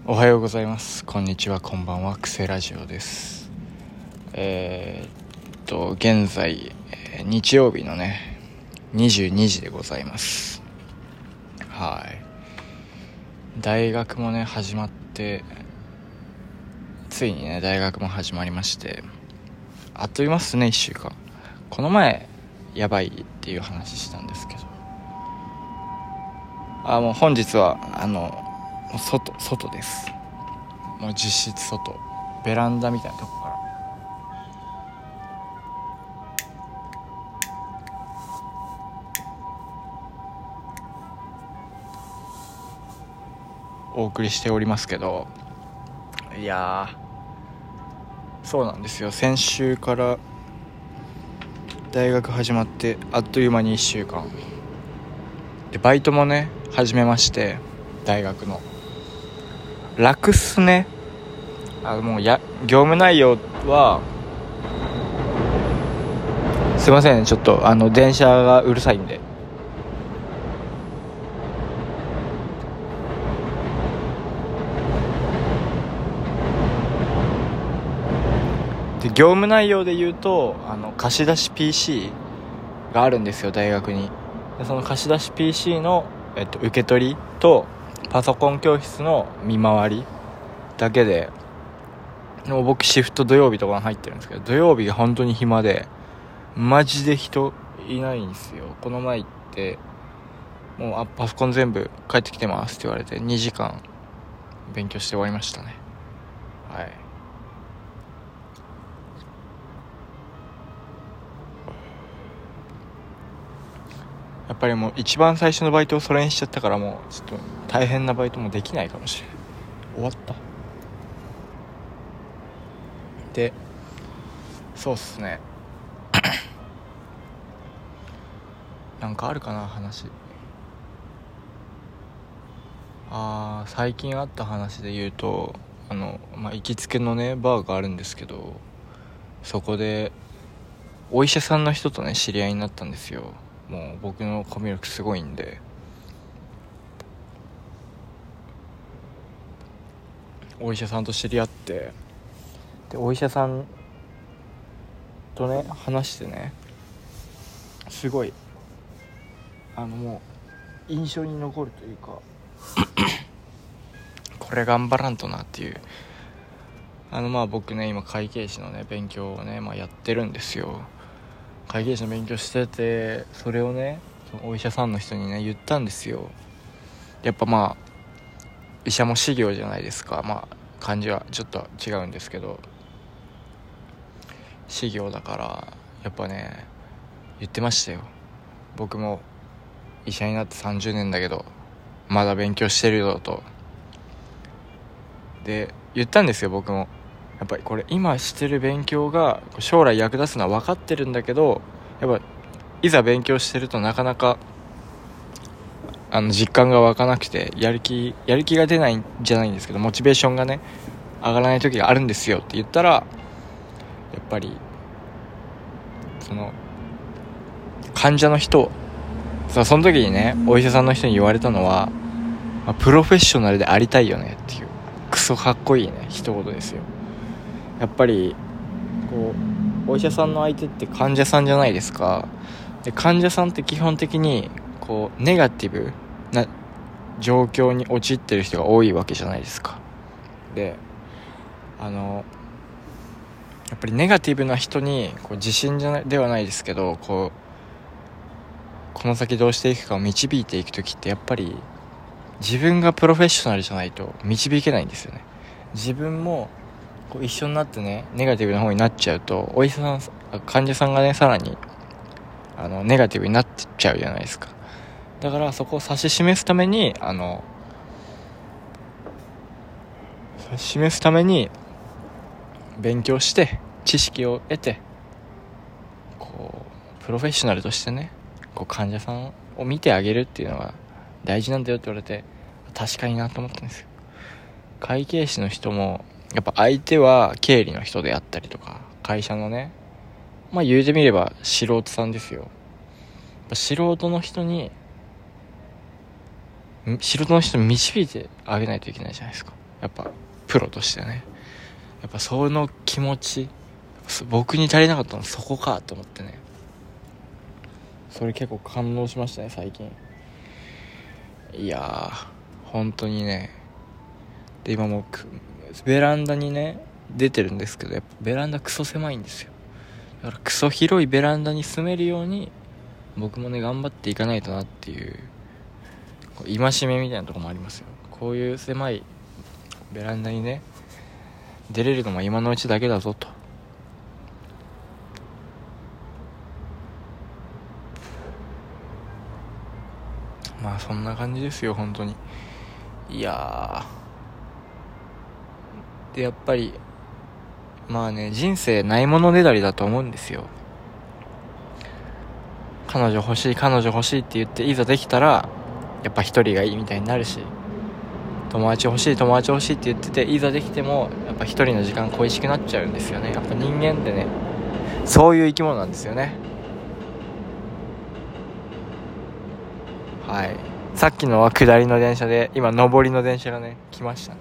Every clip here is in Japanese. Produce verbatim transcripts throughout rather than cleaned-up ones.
おはようございます。こんにちは、こんばんは。クセラジオです。えー、っと現在日曜日のねにじゅうにじでございます。はい。大学もね始まって、ついにね大学も始まりまして、あっという間っすね。いっしゅうかん。この前やばいっていう話したんですけど、あもう本日はあの外外です。もう実質外、ベランダみたいなとこからお送りしておりますけど、いやーそうなんですよ。先週から大学始まってあっという間にいっしゅうかんで、バイトもね始めまして、大学の楽っすね。あもうや業務内容はすいませんね、ちょっとあの電車がうるさいんで。で業務内容で言うと、あの貸し出し ピーシー があるんですよ、大学に。でその貸し出し ピーシー の、えっと、受け取りとパソコン教室の見回りだけで、もう僕シフト土曜日とかに入ってるんですけど、土曜日が本当に暇でマジで人いないんですよ。この前行ってもうあパソコン全部帰ってきてますって言われてにじかん勉強して終わりましたね。はい。やっぱりもう一番最初のバイトをそれにしちゃったから、もうちょっと大変なバイトもできないかもしれない。終わったで、そうっすねなんかあるかな話。あー最近あった話で言うと、あの、まあ、行きつけのねバーがあるんですけど、そこでお医者さんの人とね知り合いになったんですよ。もう僕のコミュ力すごいんで、お医者さんと知り合って、でお医者さんとね話してね、すごいあのもう印象に残るというかこれ頑張らんとなっていう。あのまあ僕ね今会計士のね勉強をね、まあ、やってるんですよ。会計士の勉強してて、それをねそのお医者さんの人にね言ったんですよ。やっぱまあ医者も修行じゃないですか。まあ漢字はちょっと違うんですけど、修行だからやっぱね言ってましたよ。僕も医者になってさんじゅうねんだけどまだ勉強してるよと。で言ったんですよ。僕もやっぱりこれ今してる勉強が将来役立つのは分かってるんだけど、やっぱいざ勉強してるとなかなかあの実感が湧かなくて、やる気やる気が出ないんじゃないんですけど、モチベーションがね上がらない時があるんですよって言ったら、やっぱりその患者の人、その時にねお医者さんの人に言われたのは、まあ、プロフェッショナルでありたいよねっていうクソかっこいいね一言ですよ。やっぱりこうお医者さんの相手って患者さんじゃないですか。で患者さんって基本的にこうネガティブな状況に陥ってる人が多いわけじゃないですか。であのやっぱりネガティブな人にこう自信じゃないではないですけど、こうこの先どうしていくかを導いていく時って、やっぱり自分がプロフェッショナルじゃないと導けないんですよね。自分もこう一緒になってねネガティブな方になっちゃうと、お医者さん患者さんがねさらにあのネガティブになっちゃうじゃないですか。だからそこを指し示すためにあの指し示すために勉強して知識を得て、こうプロフェッショナルとしてねこう患者さんを見てあげるっていうのが大事なんだよって言われて、確かになと思ったんですよ。会計士の人もやっぱ相手は経理の人であったりとか、会社のねまあ言うてみれば素人さんですよ。素人の人に素人の人に導いてあげないといけないじゃないですか。 やっぱプロとしてね、やっぱその気持ち、僕に足りなかったのそこかと思ってね、それ結構感動しましたね最近。いやー本当にね。で今もうベランダにね出てるんですけど、やっぱベランダクソ狭いんですよ。だからクソ広いベランダに住めるように僕もね頑張っていかないとなっていう、こう戒めみたいなところもありますよ。こういう狭いベランダにね出れるのも今のうちだけだぞと。まあそんな感じですよ本当に。いやーでやっぱりまあね、人生ないものねだりだと思うんですよ。彼女欲しい彼女欲しいって言っていざできたらやっぱ一人がいいみたいになるし、友達欲しい友達欲しいって言ってていざできてもやっぱ一人の時間恋しくなっちゃうんですよね。やっぱ人間ってねそういう生き物なんですよね。はい、さっきのは下りの電車で、今上りの電車がね来ましたね。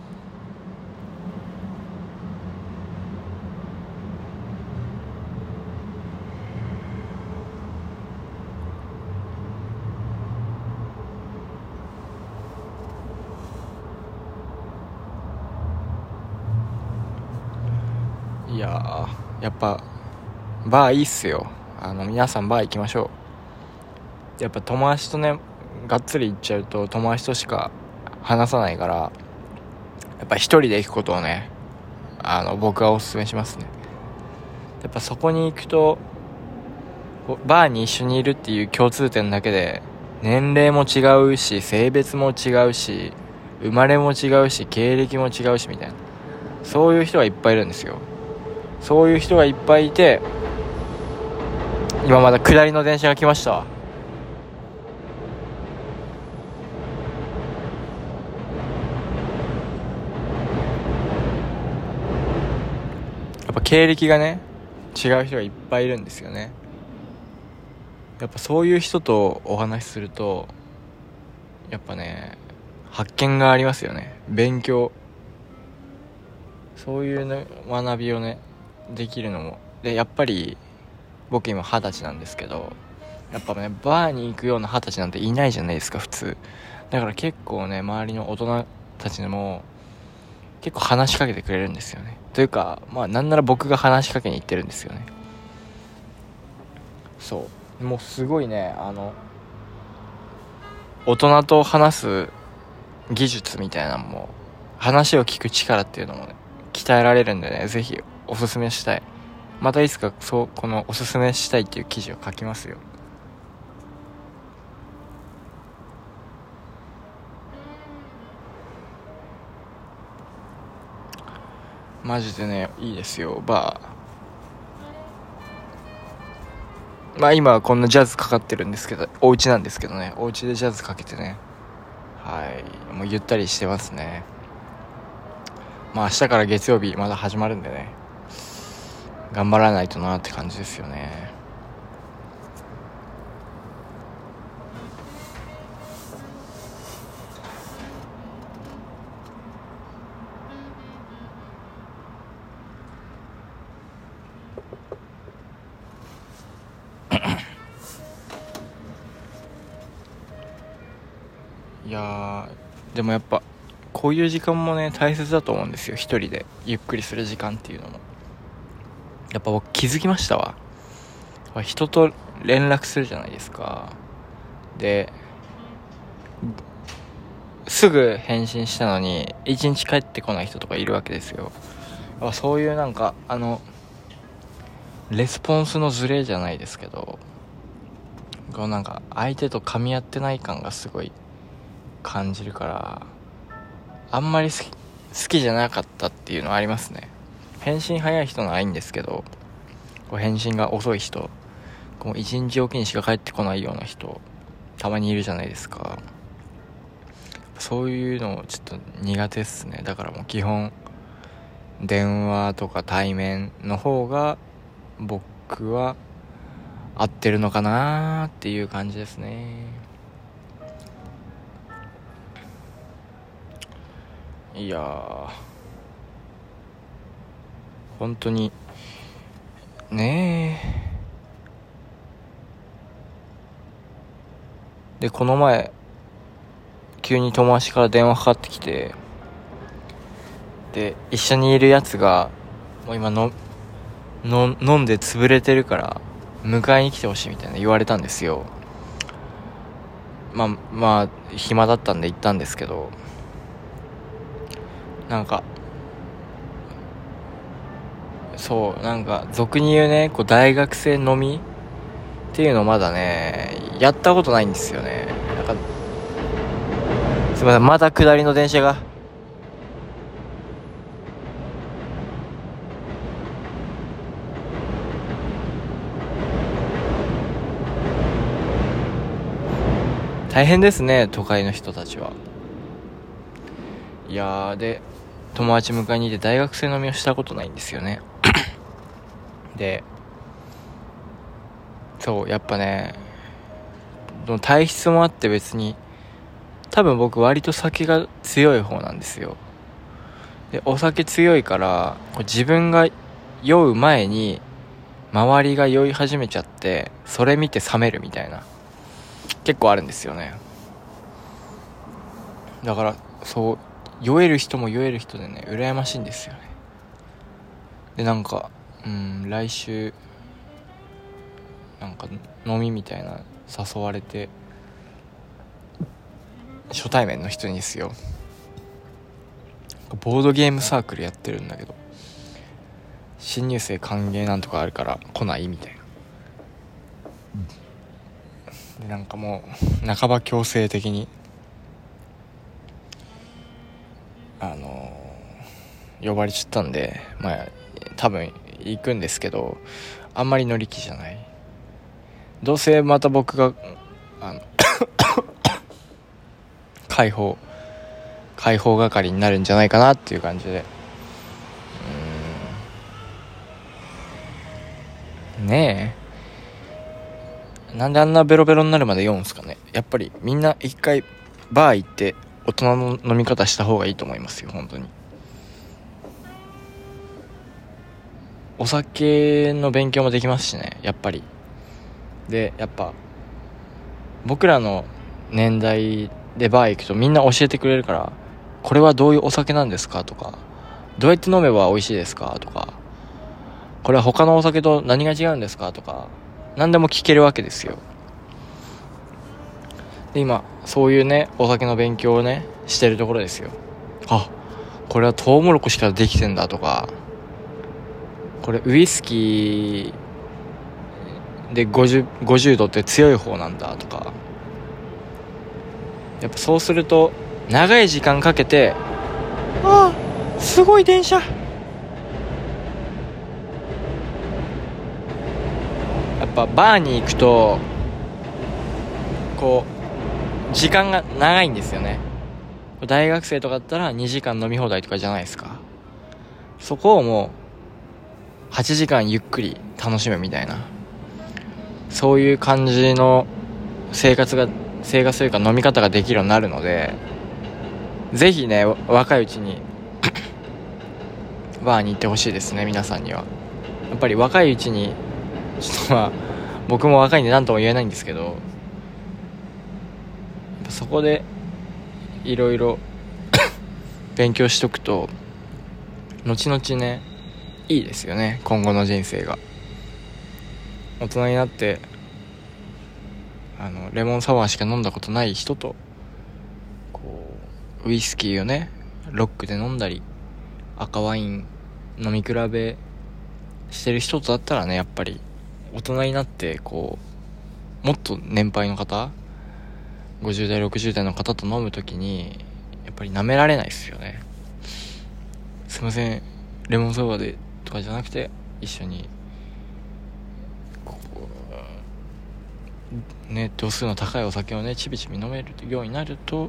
いやーやっぱバーいいっすよ。あの皆さんバー行きましょう。やっぱ友達とねがっつり行っちゃうと友達としか話さないから、やっぱ一人で行くことをねあの僕はおすすめしますね。やっぱそこに行くとバーに一緒にいるっていう共通点だけで年齢も違うし性別も違うし生まれも違うし経歴も違うしみたいな、そういう人がいっぱいいるんですよ。そういう人がいっぱいいて、今まだ下りの電車が来ましたわ。やっぱ経歴がね違う人がいっぱいいるんですよね。やっぱそういう人とお話しするとやっぱね発見がありますよね。勉強、そういう、ね、学びをねできるのもで、やっぱり僕今二十歳なんですけど、やっぱねバーに行くような二十歳なんていないじゃないですか普通。だから結構ね周りの大人たちにも結構話しかけてくれるんですよね。というかまあなんなら僕が話しかけに行ってるんですよね。そうもうすごいね、あの大人と話す技術みたいなのも、話を聞く力っていうのもね鍛えられるんでね、ぜひおすすめしたい。またいつかそうこのおすすめしたいっていう記事を書きますよ。マジでねいいですよバー。まあ今はこんなジャズかかってるんですけど、お家なんですけどね、お家でジャズかけてね、はいもうゆったりしてますね。まあ明日から月曜日まだ始まるんでね、頑張らないとなって感じですよね。いやーでもやっぱこういう時間もね大切だと思うんですよ。一人でゆっくりする時間っていうのもやっぱ僕気づきましたわ。人と連絡するじゃないですか。ですぐ返信したのに一日帰ってこない人とかいるわけですよ。そういうなんかあのレスポンスのズレじゃないですけど、こうなんか相手と噛み合ってない感がすごい感じるから、あんまり好き、好きじゃなかったっていうのはありますね。返信早い人ならいいんですけど、こう返信が遅い人、こう一日おきにしか帰ってこないような人たまにいるじゃないですか。そういうのちょっと苦手っすね。だからもう基本電話とか対面の方が僕は合ってるのかなっていう感じですね。 いやー本当にねえ。でこの前急に友達から電話かかってきて、で一緒にいるやつがもう今のの飲んで潰れてるから迎えに来てほしいみたいな言われたんですよ。まあまあ暇だったんで行ったんですけど、なんかそうなんか俗に言うねこう大学生飲みっていうのまだねやったことないんですよね。なんかすいません、また下りの電車が大変ですね、都会の人たちは。いやーで友達迎えに行って大学生飲みをしたことないんですよねでそうやっぱね体質もあって別に多分僕割と酒が強い方なんですよ。でお酒強いから自分が酔う前に周りが酔い始めちゃってそれ見て冷めるみたいな結構あるんですよね。だからそう酔える人も酔える人でね羨ましいんですよね。でなんかうん来週なんか飲みみたいな誘われて初対面の人にですよ、ボードゲームサークルやってるんだけど新入生歓迎なんとかあるから来ないみたいなでなんかもう半ば強制的にあのー、呼ばれちゃったんでまあ多分行くんですけどあんまり乗り気じゃない。どうせまた僕があの解放解放係になるんじゃないかなっていう感じでうーんねえなんであんなベロベロになるまで酔うんすかね。やっぱりみんな一回バー行って大人の飲み方した方がいいと思いますよ本当に。お酒の勉強もできますしねやっぱり。でやっぱ僕らの年代でバー行くとみんな教えてくれるから、これはどういうお酒なんですかとか、どうやって飲めば美味しいですかとか、これは他のお酒と何が違うんですかとか何でも聞けるわけですよ。で今そういうねお酒の勉強をねしてるところですよ。あ、これはトウモロコシからできてんだとか、これウイスキーで ごじゅう, ごじゅうどって強い方なんだとか、やっぱそうすると長い時間かけて、ああすごい電車、やっぱバーに行くとこう時間が長いんですよね。大学生とかだったらにじかん飲み放題とかじゃないですか。そこをもうはちじかんゆっくり楽しむみたいな、そういう感じの生活が生活というか飲み方ができるようになるので、ぜひね若いうちにバーに行ってほしいですね皆さんには。やっぱり若いうちにちょっとまあ僕も若いんで何とも言えないんですけど、そこでいろいろ勉強しとくと後々ねいいですよね。今後の人生が大人になってあのレモンサワーしか飲んだことない人とこうウイスキーをねロックで飲んだり赤ワイン飲み比べしてる人とだったらね、やっぱり大人になってこうもっと年配の方ごじゅう代ろくじゅう代の方と飲むときにやっぱり舐められないですよね。すいませんレモンサワーでとかじゃなくて一緒にこうね度数の高いお酒をねちびちび飲めるようになると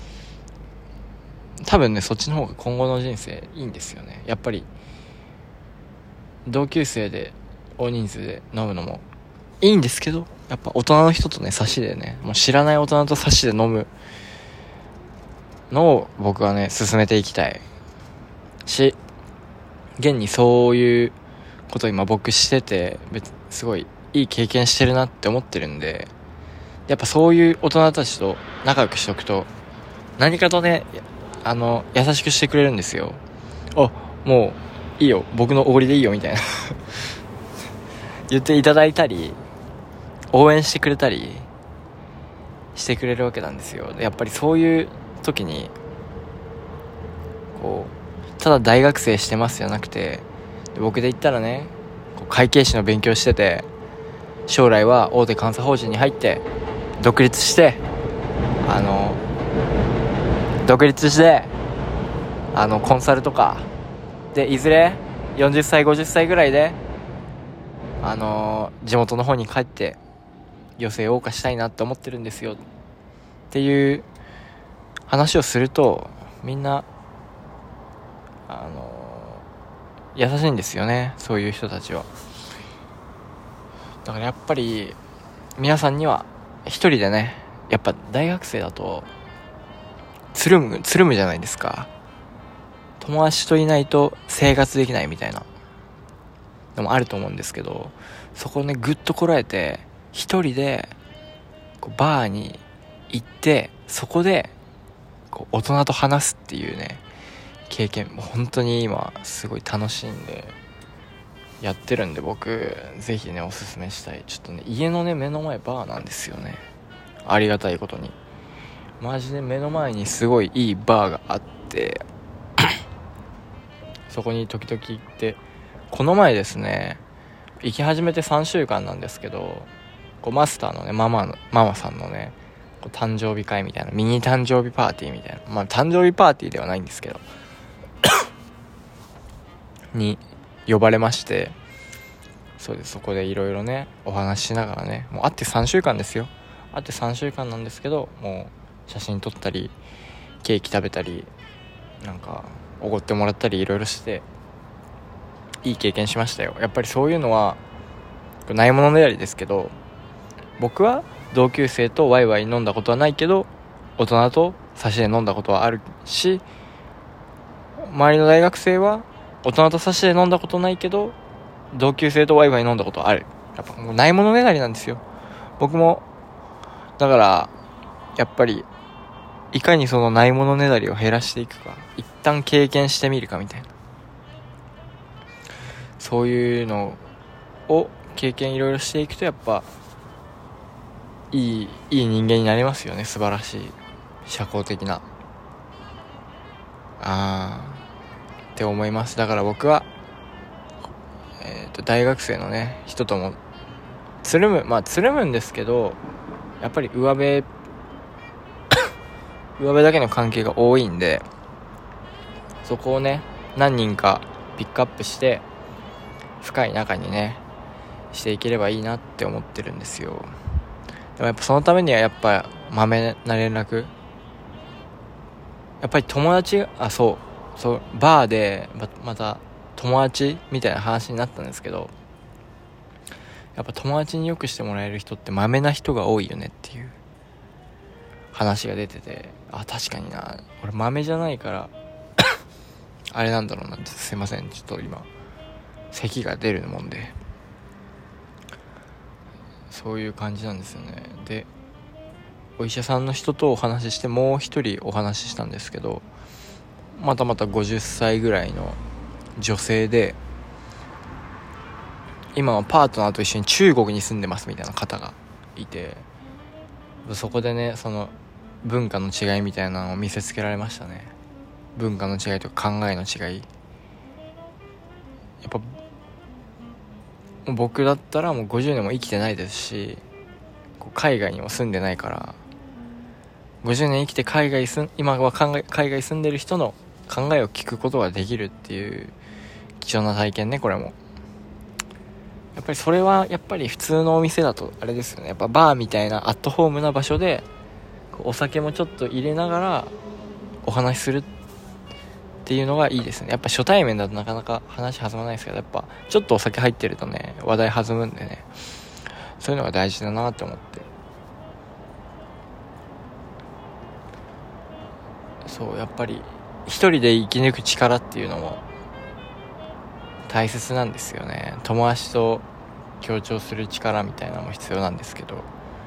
多分ねそっちの方が今後の人生いいんですよね。やっぱり同級生で大人数で飲むのもいいんですけど、やっぱ大人の人とね差しでねもう知らない大人と差しで飲むのを僕はね進めていきたいし、現にそういうことを今僕してて別すごいいい経験してるなって思ってるんで、やっぱそういう大人たちと仲良くしておくと何かとねあの優しくしてくれるんですよ。あ、もういいよ、僕のおごりでいいよみたいな言っていただいたり応援してくれたりしてくれるわけなんですよ。でやっぱりそういう時にこうただ大学生してますじゃなくて、僕で言ったらねこう会計士の勉強してて将来は大手監査法人に入って独立してあの独立してあのコンサルとかでいずれよんじゅっさいごじゅっさいぐらいであの地元の方に帰って余生を謳歌したいなって思ってるんですよっていう話をするとみんなあの優しいんですよね、そういう人たちは。だからやっぱり皆さんには一人でね、やっぱ大学生だとつるむつるむじゃないですか。友達といないと生活できないみたいなのもあると思うんですけど、そこをねぐっとこらえて一人でこうバーに行ってそこでこう大人と話すっていうね経験も本当に今すごい楽しいんでやってるんで、僕ぜひねおすすめしたい。ちょっとね家のね目の前バーなんですよね、ありがたいことに。マジで目の前にすごいいいバーがあってそこに時々行って、この前ですね行き始めてさんしゅうかんなんですけど、こうマスターのねママのママさんのねこう誕生日会みたいなミニ誕生日パーティーみたいな、まあ誕生日パーティーではないんですけどに呼ばれまして、そうです、そこでいろいろねお話ししながらね、もう会ってさんしゅうかんですよ。会ってさんしゅうかんなんですけど、もう写真撮ったりケーキ食べたりなんかおごってもらったりいろいろしていい経験しましたよ。やっぱりそういうのはないものねだりですけど、僕は同級生とワイワイ飲んだことはないけど大人と差しで飲んだことはあるし、周りの大学生は大人と差しで飲んだことないけど同級生とワイワイ飲んだことはある。やっぱもうないものねだりなんですよ。僕もだからやっぱりいかにそのないものねだりを減らしていくか、一旦経験してみるかみたいな、そういうのを経験いろいろしていくとやっぱいいいい人間になりますよね。素晴らしい社交的なあーって思います。だから僕はえーと大学生のね人ともつるむまあつるむんですけど、やっぱり上辺上辺だけの関係が多いんで、そこをね何人かピックアップして深い仲にねしていければいいなって思ってるんですよ。でもやっぱそのためにはやっぱまめな連絡、やっぱり友達あそうそうバーで ま, また友達みたいな話になったんですけど、やっぱ友達によくしてもらえる人ってまめな人が多いよねっていう話が出てて、あ確かにな、俺まめじゃないからあれなんだろうなって。すいません、ちょっと今咳が出るもんで、そういう感じなんですよね。でお医者さんの人とお話ししてもう一人お話ししたんですけど、またまたごじゅっさいぐらいの女性で、今はパートナーと一緒に中国に住んでますみたいな方がいて、そこでねその文化の違いみたいなのを見せつけられましたね。文化の違いとか考えの違い、やっぱ僕だったらもうごじゅうねんも生きてないですし、海外にも住んでないから、ごじゅうねん生きて海外住ん今は考え海外住んでる人の考えを聞くことができるっていう貴重な体験ね。これもやっぱりそれはやっぱり普通のお店だとあれですよね。やっぱバーみたいなアットホームな場所でお酒もちょっと入れながらお話しするっていうのがいいですね。やっぱ初対面だとなかなか話弾まないですけど、やっぱちょっとお酒入ってるとね話題弾むんでね、そういうのが大事だなって思って、 そうやっぱり一人で生き抜く力っていうのも大切なんですよね。友達と協調する力みたいなのも必要なんですけど、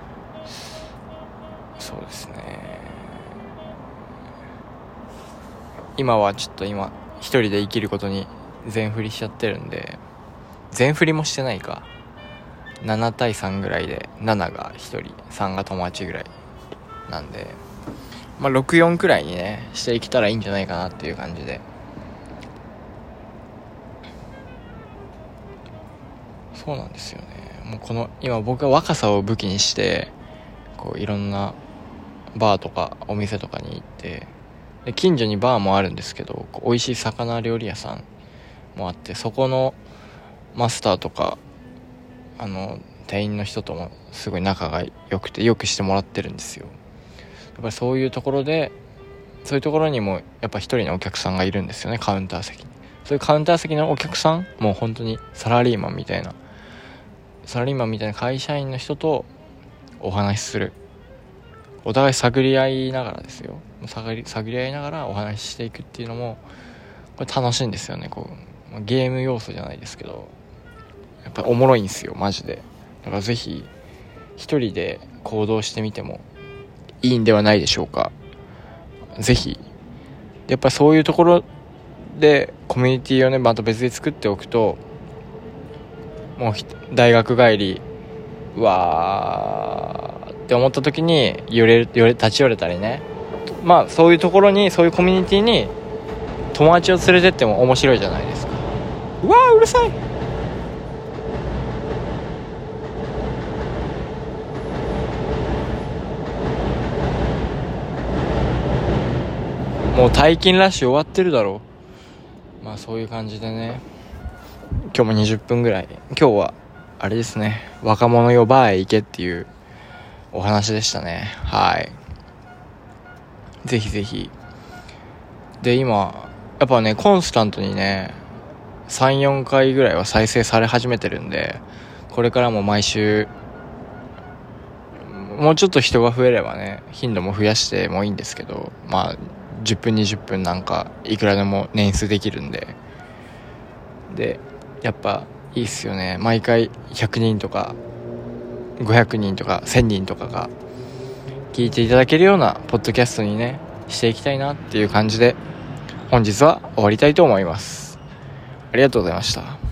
そうですね、今はちょっと今一人で生きることに全振りしちゃってるんで、全振りもしてないか、ななたいさんぐらいでなながひとり、さんが友達ぐらいなんで、まあろくよんくらいにねしていけたらいいんじゃないかなっていう感じで、そうなんですよね。もうこの今僕は若さを武器にしてこういろんなバーとかお店とかに行って、で近所にバーもあるんですけど、こう美味しい魚料理屋さんもあって、そこのマスターとかあの店員の人ともすごい仲が良くてよくしてもらってるんですよ。やっぱりそういうところでそういうところにもやっぱ一人のお客さんがいるんですよね、カウンター席に。そういうカウンター席のお客さんもう本当にサラリーマンみたいなサラリーマンみたいな会社員の人とお話しする、お互い探り合いながらですよ、探り、探り合いながらお話ししていくっていうのもこれ楽しいんですよね。こうゲーム要素じゃないですけど、やっぱおもろいんですよマジで。だからぜひ一人で行動してみてもいいんではないでしょうか。ぜひやっぱりそういうところでコミュニティをねまた別で作っておくと、もう大学帰りうわーって思った時に寄れる寄れ立ち寄れたりね、まあそういうところに、そういうコミュニティに友達を連れてっても面白いじゃないですか。うわーうるさい。もう退勤ラッシュ終わってるだろう。まあそういう感じでね、今日もにじゅっぷんぐらい、今日はあれですね、若者よバーへ行けっていうお話でしたね。はい、ぜひぜひ。で今やっぱねコンスタントにね さん,よん 回ぐらいは再生され始めてるんで、これからも毎週もうちょっと人が増えればね頻度も増やしてもいいんですけど、まあじゅっぷんにじゅっぷんなんかいくらでも年数できるんで、でやっぱいいっすよね。毎回ひゃくにんとかごひゃくにんとかせんにんとかが聞いていただけるようなポッドキャストにねしていきたいなっていう感じで、本日は終わりたいと思います。ありがとうございました。